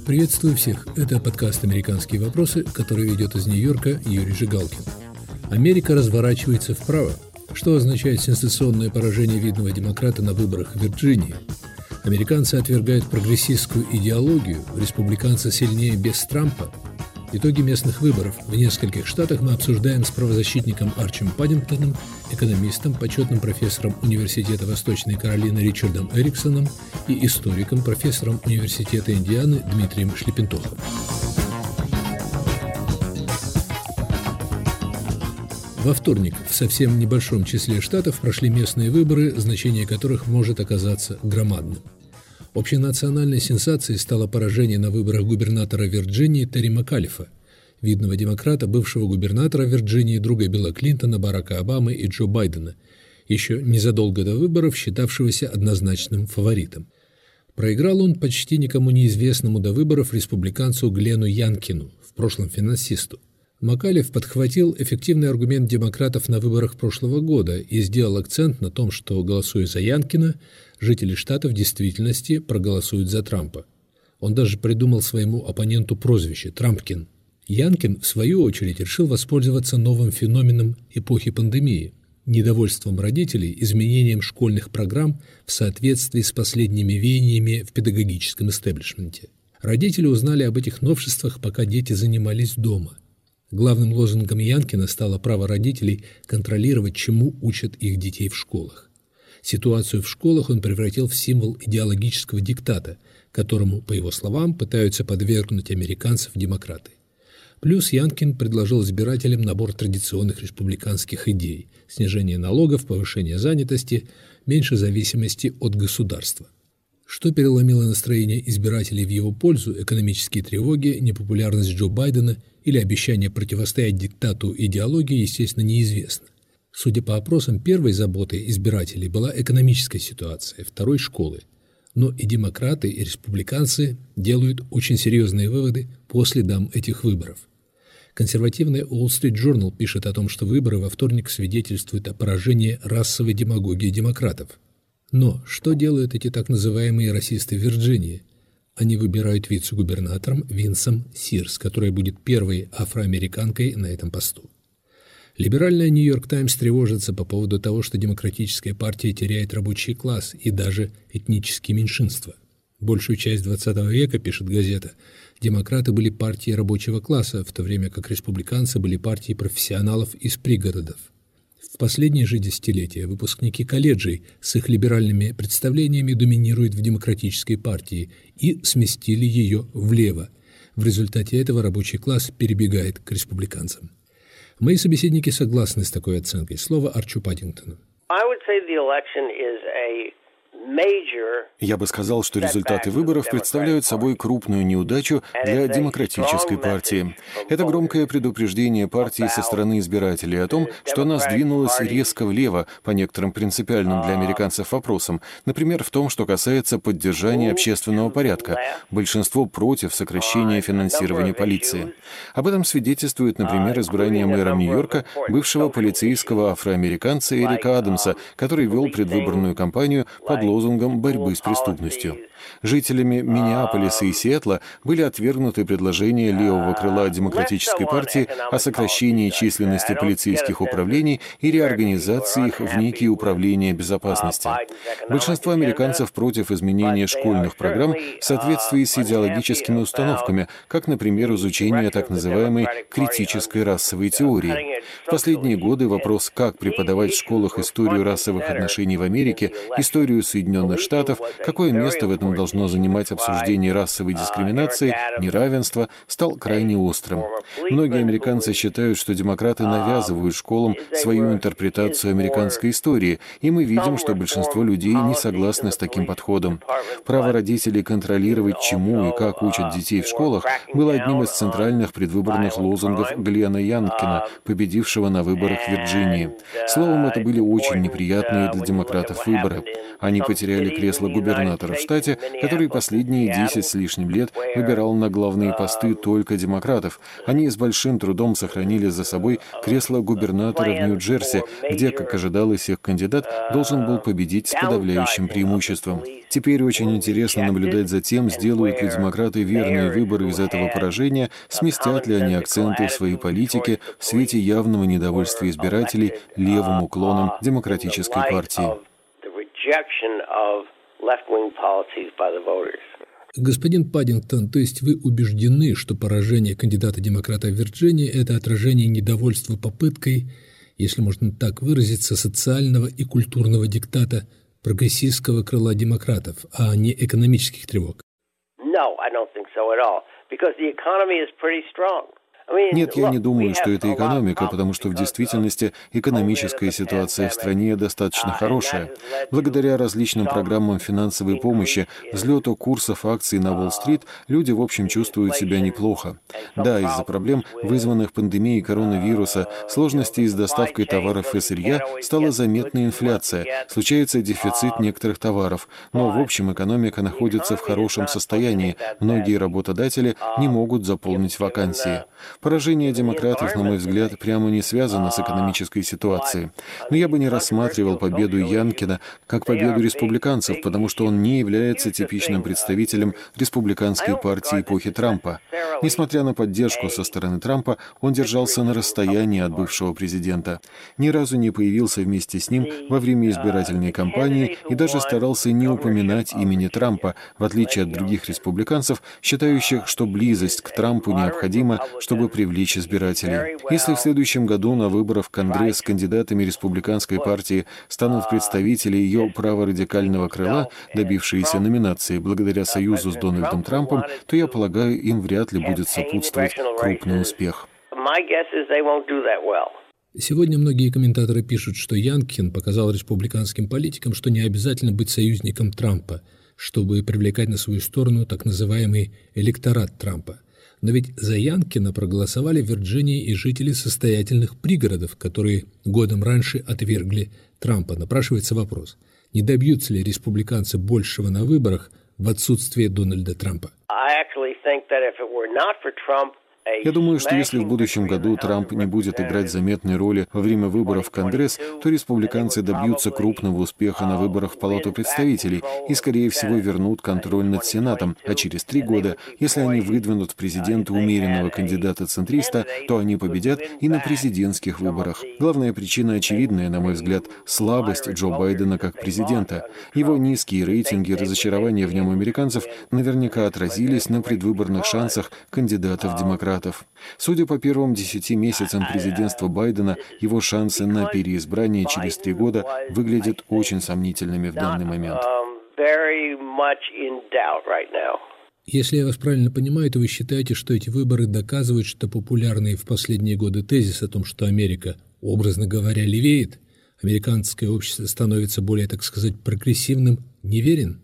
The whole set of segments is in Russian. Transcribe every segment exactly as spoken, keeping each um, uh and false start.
Приветствую всех. Это подкаст «Американские вопросы», который ведет из Нью-Йорка Юрий Жигалкин. Америка разворачивается вправо. Что означает сенсационное поражение видного демократа на выборах в Вирджинии? Американцы отвергают прогрессистскую идеологию, республиканцы сильнее без Трампа. Итоги местных выборов в нескольких штатах мы обсуждаем с правозащитником Арчем Паддингтоном, экономистом, почетным профессором Университета Восточной Каролины Ричардом Эриксоном и историком, профессором Университета Индианы Дмитрием Шлепентовым. Во вторник в совсем небольшом числе штатов прошли местные выборы, значение которых может оказаться громадным. Общенациональной сенсацией стало поражение на выборах губернатора Вирджинии Терри Макалифа, видного демократа, бывшего губернатора Вирджинии, друга Билла Клинтона, Барака Обамы и Джо Байдена, еще незадолго до выборов считавшегося однозначным фаворитом. Проиграл он почти никому неизвестному до выборов республиканцу Глену Янкину, в прошлом финансисту. Макалиф подхватил эффективный аргумент демократов на выборах прошлого года и сделал акцент на том, что, голосуя за Янкина, жители штата в действительности проголосуют за Трампа. Он даже придумал своему оппоненту прозвище «Трампкин». Янкин, в свою очередь, решил воспользоваться новым феноменом эпохи пандемии – недовольством родителей изменением школьных программ в соответствии с последними веяниями в педагогическом истеблишменте. Родители узнали об этих новшествах, пока дети занимались дома. Главным лозунгом Янкина стало право родителей контролировать, чему учат их детей в школах. Ситуацию в школах он превратил в символ идеологического диктата, которому, по его словам, пытаются подвергнуть американцев демократы. Плюс Янкин предложил избирателям набор традиционных республиканских идей – снижение налогов, повышение занятости, меньше зависимости от государства. Что переломило настроение избирателей в его пользу, экономические тревоги, непопулярность Джо Байдена или обещание противостоять диктату идеологии, естественно, неизвестно. Судя по опросам, первой заботой избирателей была экономическая ситуация, второй – школы. Но и демократы, и республиканцы делают очень серьезные выводы по следам этих выборов. Консервативная Wall Street Journal пишет о том, что выборы во вторник свидетельствуют о поражении расовой демагогии демократов. Но что делают эти так называемые расисты в Вирджинии? Они выбирают вице-губернатором Винсом Сирс, которая будет первой афроамериканкой на этом посту. Либеральная «Нью-Йорк Таймс» тревожится по поводу того, что демократическая партия теряет рабочий класс и даже этнические меньшинства. Большую часть двадцатого века, пишет газета, демократы были партией рабочего класса, в то время как республиканцы были партией профессионалов из пригородов. В последние же десятилетия выпускники колледжей с их либеральными представлениями доминируют в демократической партии и сместили ее влево. В результате этого рабочий класс перебегает к республиканцам. Мои собеседники согласны с такой оценкой. Слово Арчу Паддингтону. Я бы сказал, что результаты выборов представляют собой крупную неудачу для демократической партии. Это громкое предупреждение партии со стороны избирателей о том, что она сдвинулась резко влево по некоторым принципиальным для американцев вопросам, например, в том, что касается поддержания общественного порядка. Большинство против сокращения финансирования полиции. Об этом свидетельствует, например, избрание мэра Нью-Йорка, бывшего полицейского афроамериканца Эрика Адамса, который вел предвыборную кампанию под лозунгом борьбы с преступностью. Жителями Миннеаполиса и Сиэтла были отвергнуты предложения левого крыла Демократической партии о сокращении численности полицейских управлений и реорганизации их в некие управления безопасности. Большинство американцев против изменения школьных программ в соответствии с идеологическими установками, как, например, изучение так называемой критической расовой теории. В последние годы вопрос, как преподавать в школах историю расовых отношений в Америке, историю Соединенных Штатов, какое место в этом должно занимать обсуждение расовой дискриминации, неравенства, стал крайне острым. Многие американцы считают, что демократы навязывают школам свою интерпретацию американской истории, и мы видим, что большинство людей не согласны с таким подходом. Право родителей контролировать, чему и как учат детей в школах, было одним из центральных предвыборных лозунгов Глена Янкина, победившего на выборах в Вирджинии. Словом, это были очень неприятные для демократов выборы. Они Они потеряли кресло губернатора в штате, который последние десять с лишним лет выбирал на главные посты только демократов. Они с большим трудом сохранили за собой кресло губернатора в Нью-Джерси, где, как ожидалось, их кандидат должен был победить с подавляющим преимуществом. Теперь очень интересно наблюдать за тем, сделают ли демократы верные выборы из этого поражения, сместят ли они акценты в своей политике в свете явного недовольства избирателей левым уклоном демократической партии. Господин Паддингтон, то есть вы убеждены, что поражение кандидата-демократа в Вирджинии – это отражение недовольства попыткой, если можно так выразиться, социального и культурного диктата прогрессистского крыла демократов, а не экономических тревог? Нет, я не думаю, что это экономика, потому что в действительности экономическая ситуация в стране достаточно хорошая. Благодаря различным программам финансовой помощи, взлету курсов акций на Уолл-стрит, люди в общем чувствуют себя неплохо. Да, из-за проблем, вызванных пандемией коронавируса, сложностей с доставкой товаров и сырья, стала заметна инфляция, случается дефицит некоторых товаров, но в общем экономика находится в хорошем состоянии, многие работодатели не могут заполнить вакансии. Поражение демократов, на мой взгляд, прямо не связано с экономической ситуацией. Но я бы не рассматривал победу Янкина как победу республиканцев, потому что он не является типичным представителем республиканской партии эпохи Трампа. Несмотря на поддержку со стороны Трампа, он держался на расстоянии от бывшего президента. Ни разу не появился вместе с ним во время избирательной кампании и даже старался не упоминать имени Трампа, в отличие от других республиканцев, считающих, что близость к Трампу необходима, чтобы привлечь избирателей. Если в следующем году на выборах в Конгресс кандидатами республиканской партии станут представители ее праворадикального крыла, добившиеся номинации благодаря союзу с Дональдом Трампом, то, я полагаю, им вряд ли будет сопутствовать крупный успех. Сегодня многие комментаторы пишут, что Янкин показал республиканским политикам, что не обязательно быть союзником Трампа, чтобы привлекать на свою сторону так называемый электорат Трампа. Но ведь за Янкина проголосовали в Вирджинии и жители состоятельных пригородов, которые годом раньше отвергли Трампа. Напрашивается вопрос, не добьются ли республиканцы большего на выборах в отсутствие Дональда Трампа? Я думаю, что если в будущем году Трамп не будет играть заметной роли во время выборов в Конгресс, то республиканцы добьются крупного успеха на выборах в Палату представителей и, скорее всего, вернут контроль над Сенатом, а через три года, если они выдвинут в президенты умеренного кандидата-центриста, то они победят и на президентских выборах. Главная причина очевидная, на мой взгляд, слабость Джо Байдена как президента. Его низкие рейтинги и разочарование в нем американцев наверняка отразились на предвыборных шансах кандидатов-демократов. Судя по первым десяти месяцам президентства Байдена, его шансы на переизбрание через три года выглядят очень сомнительными в данный момент. Если я вас правильно понимаю, то вы считаете, что эти выборы доказывают, что популярный в последние годы тезис о том, что Америка, образно говоря, левеет, американское общество становится более, так сказать, прогрессивным, неверен?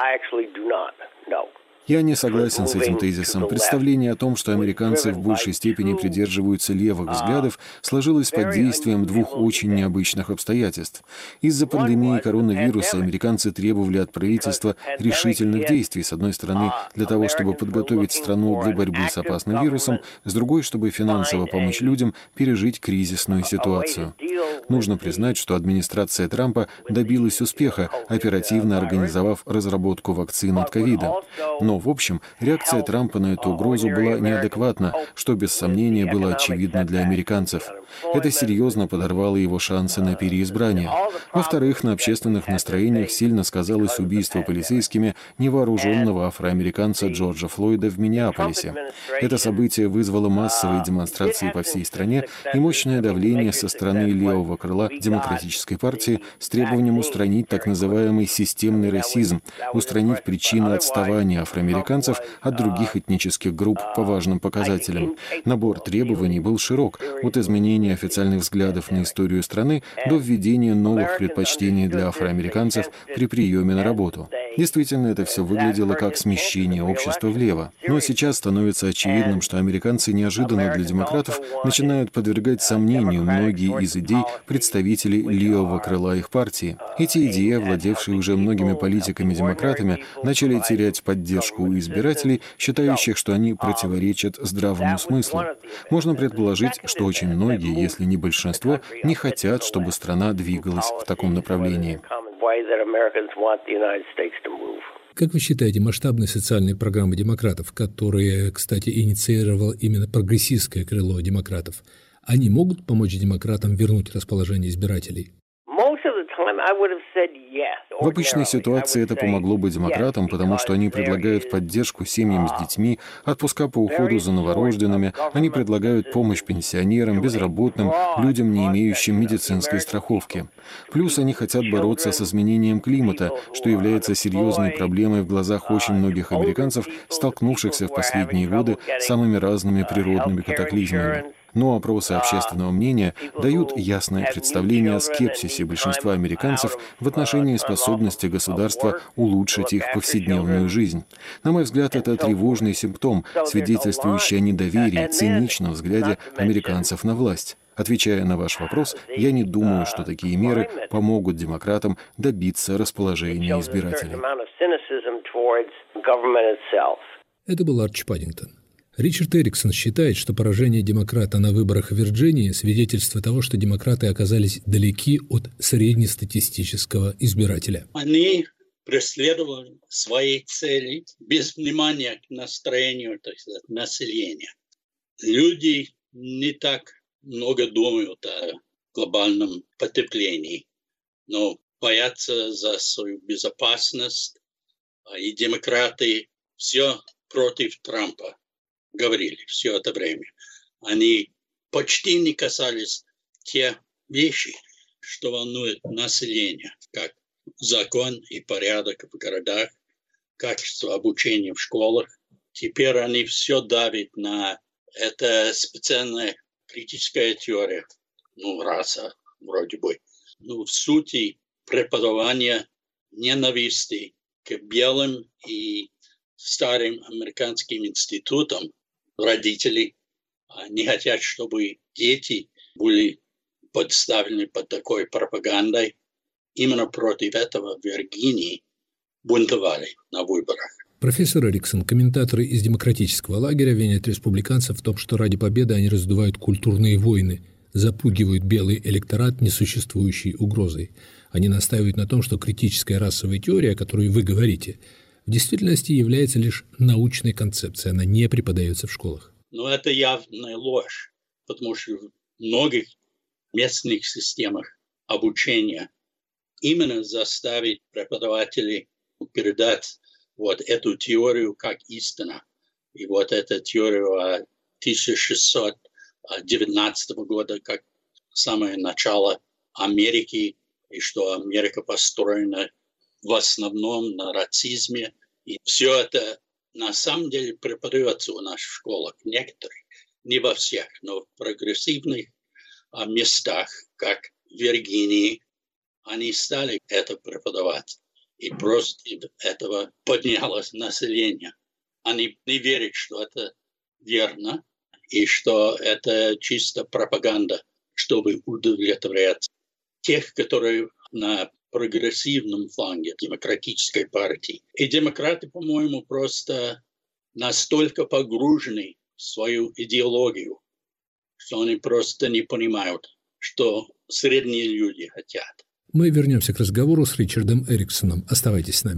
Я не согласен с этим тезисом. Представление о том, что американцы в большей степени придерживаются левых взглядов, сложилось под действием двух очень необычных обстоятельств. Из-за пандемии коронавируса американцы требовали от правительства решительных действий, с одной стороны, для того, чтобы подготовить страну для борьбы с опасным вирусом, с другой, чтобы финансово помочь людям пережить кризисную ситуацию. Нужно признать, что администрация Трампа добилась успеха, оперативно организовав разработку вакцин от ковида. Но, в общем, реакция Трампа на эту угрозу была неадекватна, что без сомнения было очевидно для американцев. Это серьезно подорвало его шансы на переизбрание. Во-вторых, на общественных настроениях сильно сказалось убийство полицейскими невооруженного афроамериканца Джорджа Флойда в Миннеаполисе. Это событие вызвало массовые демонстрации по всей стране и мощное давление со стороны левого крыла Демократической партии с требованием устранить так называемый системный расизм, устранить причины отставания афроамериканцев от других этнических групп по важным показателям. Набор требований был широк, от изменения официальных взглядов на историю страны до введения новых предпочтений для афроамериканцев при приеме на работу. Действительно, это все выглядело как смещение общества влево. Но сейчас становится очевидным, что американцы неожиданно для демократов начинают подвергать сомнению многие из идей представителей левого крыла их партии. Эти идеи, овладевшие уже многими политиками-демократами, начали терять поддержку у избирателей, считающих, что они противоречат здравому смыслу. Можно предположить, что очень многие, если не большинство, не хотят, чтобы страна двигалась в таком направлении. Как вы считаете, масштабные социальные программы демократов, которые, кстати, инициировало именно прогрессистское крыло демократов, они могут помочь демократам вернуть расположение избирателей? В обычной ситуации это помогло бы демократам, потому что они предлагают поддержку семьям с детьми, отпуска по уходу за новорожденными, они предлагают помощь пенсионерам, безработным, людям, не имеющим медицинской страховки. Плюс они хотят бороться с изменением климата, что является серьезной проблемой в глазах очень многих американцев, столкнувшихся в последние годы с самыми разными природными катаклизмами. Но опросы общественного мнения дают ясное представление о скепсисе большинства американцев в отношении способности государства улучшить их повседневную жизнь. На мой взгляд, это тревожный симптом, свидетельствующий о недоверии, циничном взгляде американцев на власть. Отвечая на ваш вопрос, я не думаю, что такие меры помогут демократам добиться расположения избирателей. Это был Арчи Паддингтон. Ричард Эриксон считает, что поражение демократа на выборах в Вирджинии – свидетельство того, что демократы оказались далеки от среднестатистического избирателя. Они преследовали свои цели без внимания к настроению, так сказать, населения. Люди не так много думают о глобальном потеплении, но боятся за свою безопасность, и демократы все против Трампа говорили все это время. Они почти не касались те вещи, что волнуют население, как закон и порядок в городах, качество обучения в школах. Теперь они все давят на это специальная критическая теория, ну, раса вроде бы. Ну, в сути преподавания ненависти к белым и старым американским институтам. Родители не хотят, чтобы дети были подставлены под такой пропагандой. Именно против этого в Виргинии бунтовали на выборах. Профессор Эриксон, комментаторы из демократического лагеря, винят республиканцев в том, что ради победы они раздувают культурные войны, запугивают белый электорат несуществующей угрозой. Они настаивают на том, что критическая расовая теория, о которой вы говорите, в действительности является лишь научной концепцией, она не преподается в школах. Но это явная ложь, потому что в многих местных системах обучения именно заставить преподавателей передать вот эту теорию как истина. И вот эту теорию тысяча шестьсот девятнадцатого года, как самое начало Америки, и что Америка построена в основном на расизме. И все это на самом деле преподается у нас в школах. Некоторые, не во всех, но в прогрессивных а, местах, как в Виргинии, они стали это преподавать. И просто этого поднялось население. Они не верят, что это верно, и что это чисто пропаганда, чтобы удовлетворять тех, которые на прогрессивном фланге демократической партии. И демократы, по-моему, просто настолько погружены в свою идеологию, что они просто не понимают, что средние люди хотят. Мы вернемся к разговору с Ричардом Эриксоном. Оставайтесь с нами.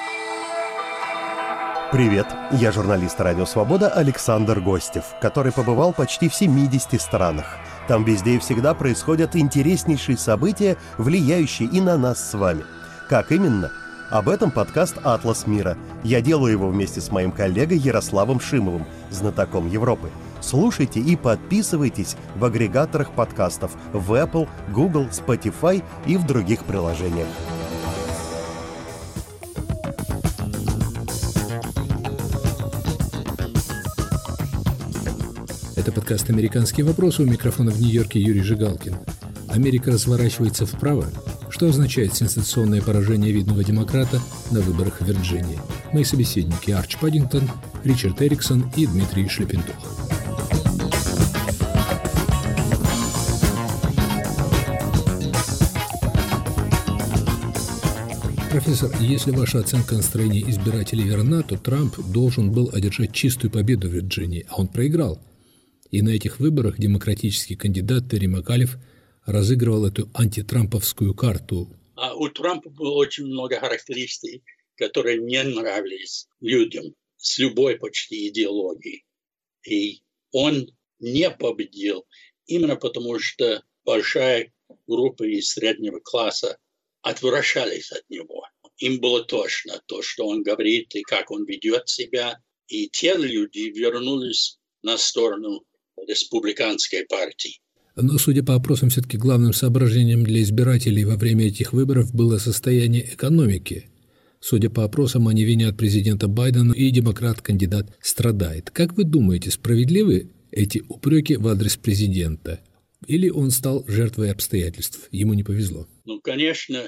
Привет, я журналист «Радио Свобода» Александр Гостев, который побывал почти в семидесяти странах. Там везде и всегда происходят интереснейшие события, влияющие и на нас с вами. Как именно? Об этом подкаст «Атлас мира». Я делаю его вместе с моим коллегой Ярославом Шимовым, знатоком Европы. Слушайте и подписывайтесь в агрегаторах подкастов в Apple, Google, Spotify и в других приложениях. Это подкаст «Американские вопросы», у микрофона в Нью-Йорке Юрий Жигалкин. Америка разворачивается вправо. Что означает сенсационное поражение видного демократа на выборах в Вирджинии? Мои собеседники Арч Паддингтон, Ричард Эриксон и Дмитрий Шлепентух. Профессор, если ваша оценка настроения избирателей верна, то Трамп должен был одержать чистую победу в Вирджинии, а он проиграл. И на этих выборах демократический кандидат Терри Макалиф разыгрывал эту антитрамповскую карту. А у Трампа было очень много характеристик, которые не нравились людям с любой почти идеологией. И он не победил именно потому, что большая группа из среднего класса отвращались от него. Им было точно то, что он говорит и как он ведет себя. И те люди вернулись на сторону республиканской партии. Но, судя по опросам, все-таки главным соображением для избирателей во время этих выборов было состояние экономики. Судя по опросам, они винят президента Байдена, и демократ-кандидат страдает. Как вы думаете, справедливы эти упреки в адрес президента? Или он стал жертвой обстоятельств? Ему не повезло? Ну, конечно,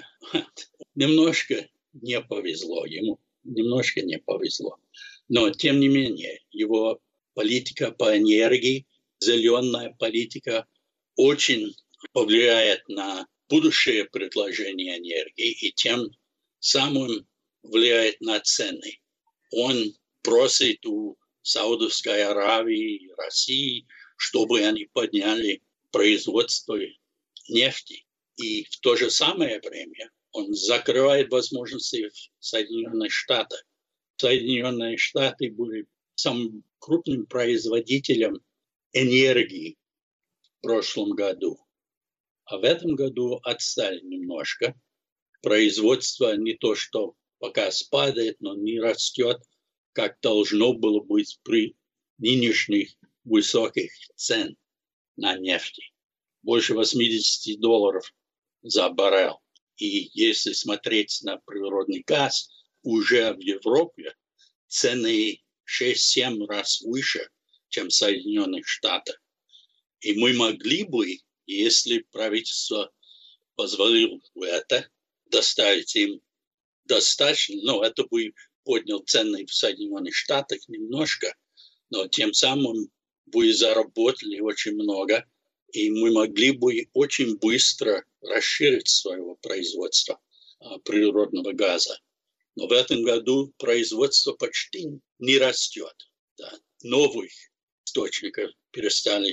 немножко не повезло ему. Немножко не повезло. Но, тем не менее, его политика по энергии, зеленая политика, очень повлияет на будущее предложение энергии и тем самым влияет на цены. Он просит у Саудовской Аравии, России, чтобы они подняли производство нефти. И в то же самое время он закрывает возможности в Соединенных Штатах. Соединенные Штаты были самым крупным производителем энергии в прошлом году. А в этом году отстали немножко. Производство не то, что пока спадает, но не растет, как должно было быть при нынешних высоких цен на нефть. Больше восемьдесят долларов за баррель. И если смотреть на природный газ, уже в Европе цены шесть-семь раз выше, чем в Соединенных Штатах. И мы могли бы, если правительство позволило бы это, доставить им достаточно, но это бы поднял цены в Соединенных Штатах немножко, но тем самым бы заработали очень много, и мы могли бы очень быстро расширить своего производства а, природного газа. Но в этом году производство почти не растет. Да. Новых источников перестали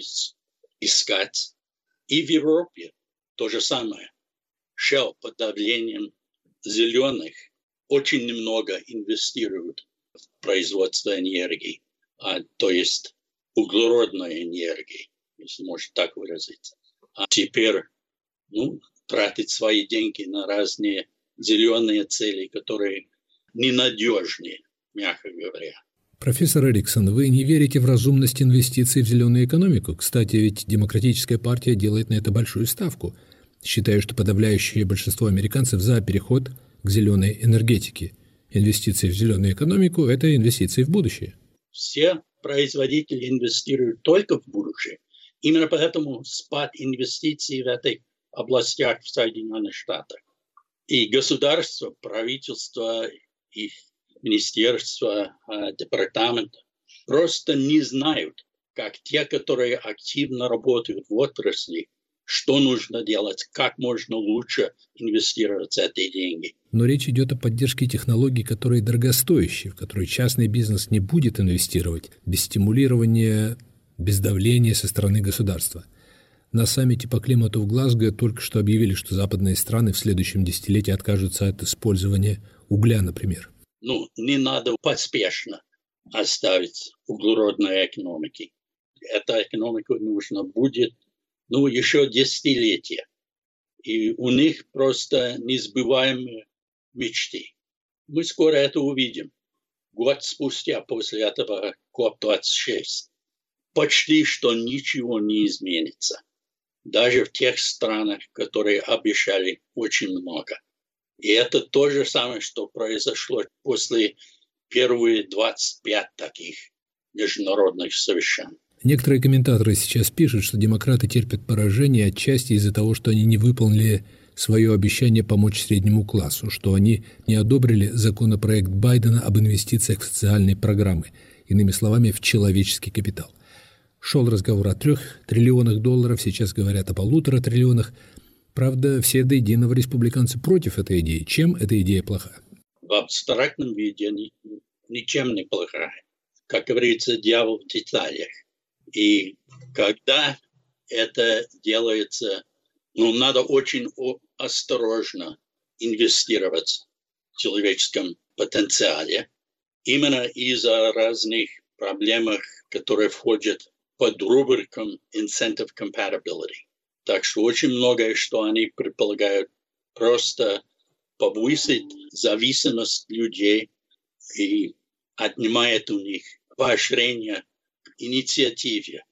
искать. И в Европе то же самое. Shell под давлением зеленых очень немного инвестируют в производство энергии, а, то есть углеродной энергии, если можно так выразиться. А теперь ну, тратить свои деньги на разные зеленые цели, которые ненадежнее, мягко говоря. Профессор Эриксон, вы не верите в разумность инвестиций в зеленую экономику? Кстати, ведь Демократическая партия делает на это большую ставку. Считаю, что подавляющее большинство американцев за переход к зеленой энергетике. Инвестиции в зеленую экономику – это инвестиции в будущее. Все производители инвестируют только в будущее. Именно поэтому спад инвестиций в этих областях в Соединенных Штатах. И государство, правительство, и министерство, департамент просто не знают, как те, которые активно работают в отрасли, что нужно делать, как можно лучше инвестировать эти деньги. Но речь идет о поддержке технологий, которые дорогостоящие, в которые частный бизнес не будет инвестировать без стимулирования, без давления со стороны государства. На саммите по климату в Глазго только что объявили, что западные страны в следующем десятилетии откажутся от использования угля, например. Ну, не надо поспешно оставить углеродной экономики. Эта экономика нужна будет ну, еще десятилетия. И у них просто несбываемые мечты. Мы скоро это увидим. Год спустя после этого коп двадцать шесть. Почти что ничего не изменится. Даже в тех странах, которые обещали очень много. И это то же самое, что произошло после первых двадцати пяти таких международных совещаний. Некоторые комментаторы сейчас пишут, что демократы терпят поражение отчасти из-за того, что они не выполнили свое обещание помочь среднему классу, что они не одобрили законопроект Байдена об инвестициях в социальные программы, иными словами, в человеческий капитал. Шел разговор о трех триллионах долларов, сейчас говорят о полутора триллионах. Правда, все до единого республиканцы против этой идеи. Чем эта идея плоха? В абстрактном виде ничем не плохая. Как говорится, дьявол в деталях. И когда это делается, ну, надо очень осторожно инвестировать в человеческом потенциале. Именно из-за разных проблем, которые входят под рубриком Incentive Compatibility. Так что очень многое, что они предполагают, просто повысить зависимость людей и отнимает у них поощрение к инициативе.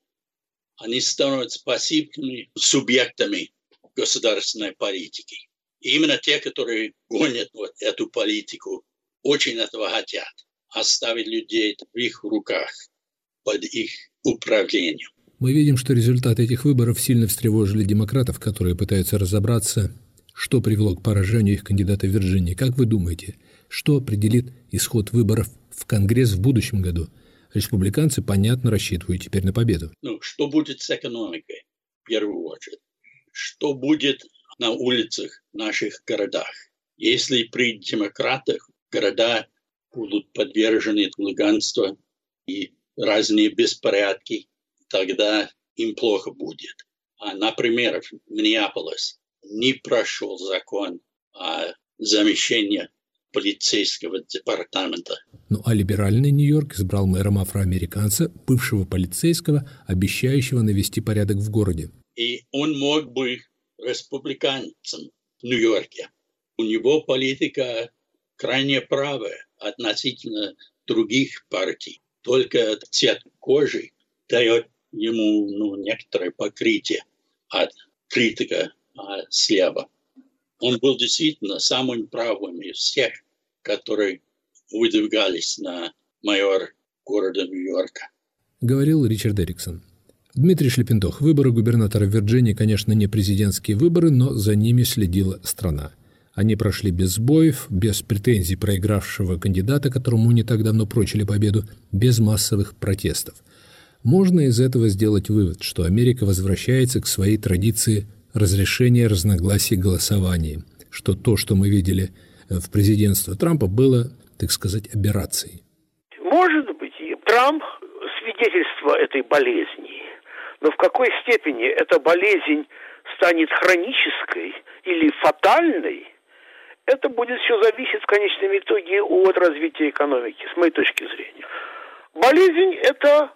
Они становятся пассивными субъектами государственной политики. И именно те, которые гонят вот эту политику, очень этого хотят. Оставить людей в их руках, под их управлением. Мы видим, что результаты этих выборов сильно встревожили демократов, которые пытаются разобраться, что привело к поражению их кандидата в Вирджинии. Как вы думаете, что определит исход выборов в Конгресс в будущем году? Республиканцы, понятно, рассчитывают теперь на победу. Ну, что будет с экономикой, в первую очередь? Что будет на улицах в наших городах? Если при демократах города будут подвержены хулиганству и разные беспорядки, тогда им плохо будет. А, например, в Миннеаполисе не прошел закон о замещении полицейского департамента. Ну а либеральный Нью-Йорк избрал мэром афроамериканца, бывшего полицейского, обещающего навести порядок в городе. И он мог быть республиканцем в Нью-Йорке. У него политика крайне правая относительно других партий. Только цвет кожи дает ему ну, некоторое покрытие от критика а, слева. Он был действительно самым правым из всех, которые выдвигались на майор города Нью-Йорка. Говорил Ричард Эриксон. Дмитрий Шлепентох. Выборы губернатора Вирджинии, конечно, не президентские выборы, но за ними следила страна. Они прошли без сбоев, без претензий проигравшего кандидата, которому не так давно прочили победу, без массовых протестов. Можно из этого сделать вывод, что Америка возвращается к своей традиции разрешения разногласий голосованием, что то, что мы видели в президентстве Трампа, было, так сказать, аберрацией. Может быть, Трамп свидетельство этой болезни, но в какой степени эта болезнь станет хронической или фатальной, это будет все зависеть в конечном итоге от развития экономики, с моей точки зрения. Болезнь – это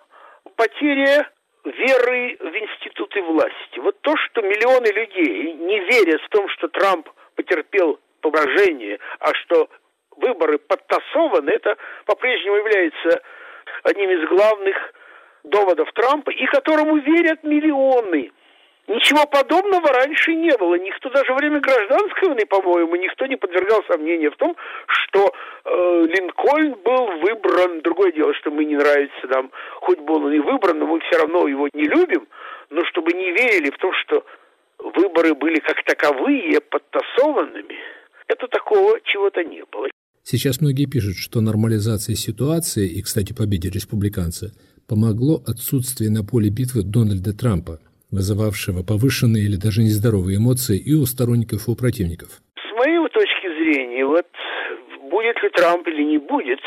потеря веры в институты власти. Вот то, что миллионы людей не верят в том, что Трамп потерпел поражение, а что выборы подтасованы, это по-прежнему является одним из главных доводов Трампа, и которому верят миллионы. Ничего подобного раньше не было. Никто, даже во время гражданской войны, по-моему, никто не подвергал сомнения в том, что э, Линкольн был выбран. Другое дело, что мы не нравится нам, хоть был он и выбран, но мы все равно его не любим. Но чтобы не верили в том, что выборы были как таковые подтасованными, это такого чего-то не было. Сейчас многие пишут, что нормализация ситуации, и, кстати, победе республиканца, помогло отсутствие на поле битвы Дональда Трампа, вызывавшего повышенные или даже нездоровые эмоции и у сторонников, и у противников. С моей точки зрения, вот будет ли Трамп или не будет,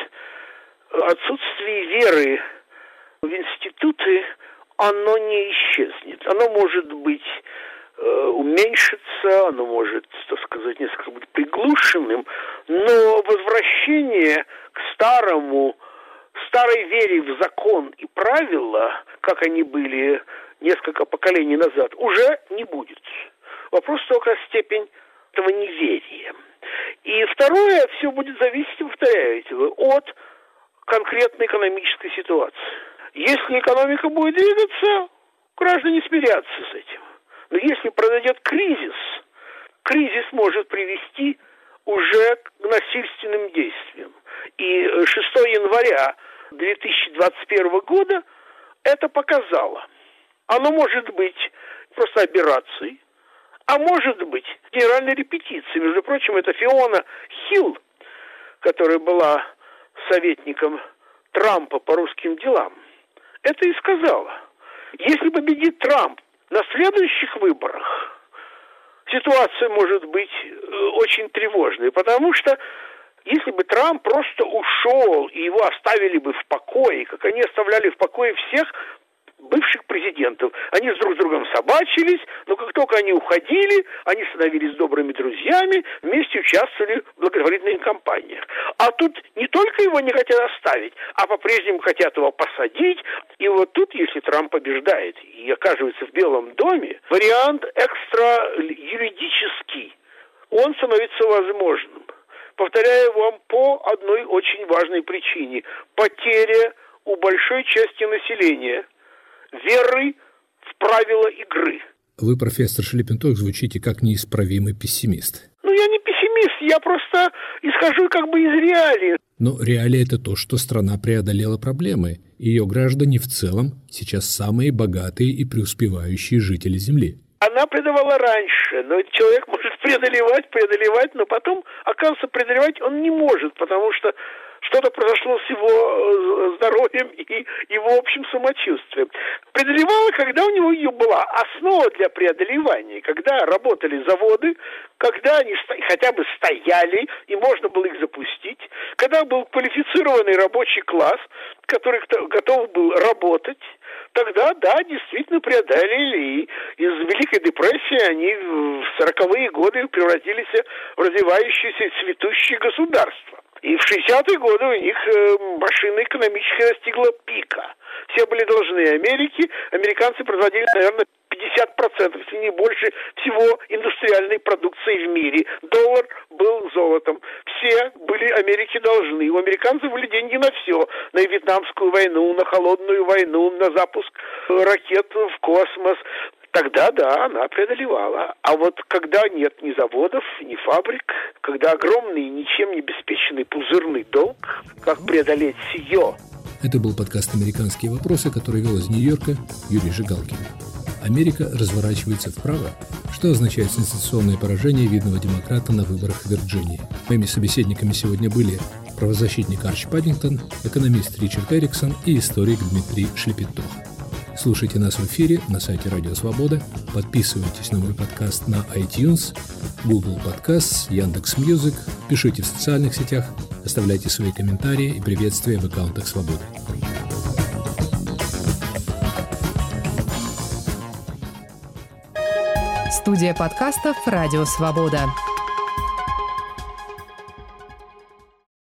отсутствие веры в институты, оно не исчезнет. Оно может быть э, уменьшиться, оно может, так сказать, несколько быть приглушенным, но возвращение к старому, старой вере в закон и правила, как они были несколько поколений назад, уже не будет. Вопрос только степень этого неверия. И второе, все будет зависеть, повторяете вы, от конкретной экономической ситуации. Если экономика будет двигаться, граждане смирятся с этим. Но если произойдет кризис, кризис может привести уже к насильственным действиям. И шестого января две тысячи двадцать первого года это показало. Оно может быть просто аберрацией, А может быть, генеральной репетиции. Между прочим, это Фиона Хилл, которая была советником Трампа по русским делам, это и сказала. Если победит Трамп на следующих выборах, ситуация может быть очень тревожной, потому что если бы Трамп просто ушел и его оставили бы в покое, как они оставляли в покое всех бывших президентов, они с друг с другом собачились, но как только они уходили, они становились добрыми друзьями, вместе участвовали в благотворительных кампаниях. А тут не только его не хотят оставить, а по-прежнему хотят его посадить. И вот тут, если Трамп побеждает и оказывается в Белом доме, вариант экстра-юридический, он становится возможным. Повторяю вам по одной очень важной причине. Потеря у большой части населения веры в правила игры. Вы, профессор Шлиппентойх, звучите как неисправимый пессимист. Ну, я не пессимист, я просто исхожу как бы из реалий. Но реалия – это то, что страна преодолела проблемы. Ее граждане в целом сейчас самые богатые и преуспевающие жители Земли. Она преодолевала раньше, но человек может преодолевать, преодолевать, но потом, оказывается, преодолевать он не может, потому что что-то произошло с его здоровьем и его общим самочувствием. Преодолевала, когда у него ее была основа для преодолевания, когда работали заводы, когда они хотя бы стояли, и можно было их запустить, когда был квалифицированный рабочий класс, который готов был работать. Тогда, да, действительно преодолели, и из Великой депрессии они в сороковые годы превратились в развивающееся цветущее государство. И в шестидесятые годы у них машина экономическая достигла пика. Все были должны Америке, американцы производили, наверное, пятьдесят процентов, если не больше, всего индустриальной продукции в мире. Доллар был золотом. Все были Америке должны. У американцев были деньги на все. На Вьетнамскую войну, на холодную войну, на запуск ракет в космос. Тогда, да, она преодолевала. А вот когда нет ни заводов, ни фабрик, когда огромный, ничем не обеспеченный пузырный долг, как преодолеть сие? Это был подкаст «Американские вопросы», который вел из Нью-Йорка Юрий Жигалкин. Америка разворачивается вправо, что означает сенсационное поражение видного демократа на выборах в Вирджинии. Моими собеседниками сегодня были правозащитник Арчи Паддингтон, экономист Ричард Эриксон и историк Дмитрий Шлиппентойх. Слушайте нас в эфире на сайте Радио Свобода, подписывайтесь на мой подкаст на iTunes, Google Podcasts, Яндекс.Мьюзик, пишите в социальных сетях, оставляйте свои комментарии и приветствия в аккаунтах Свободы. Студия подкастов «Радио Свобода».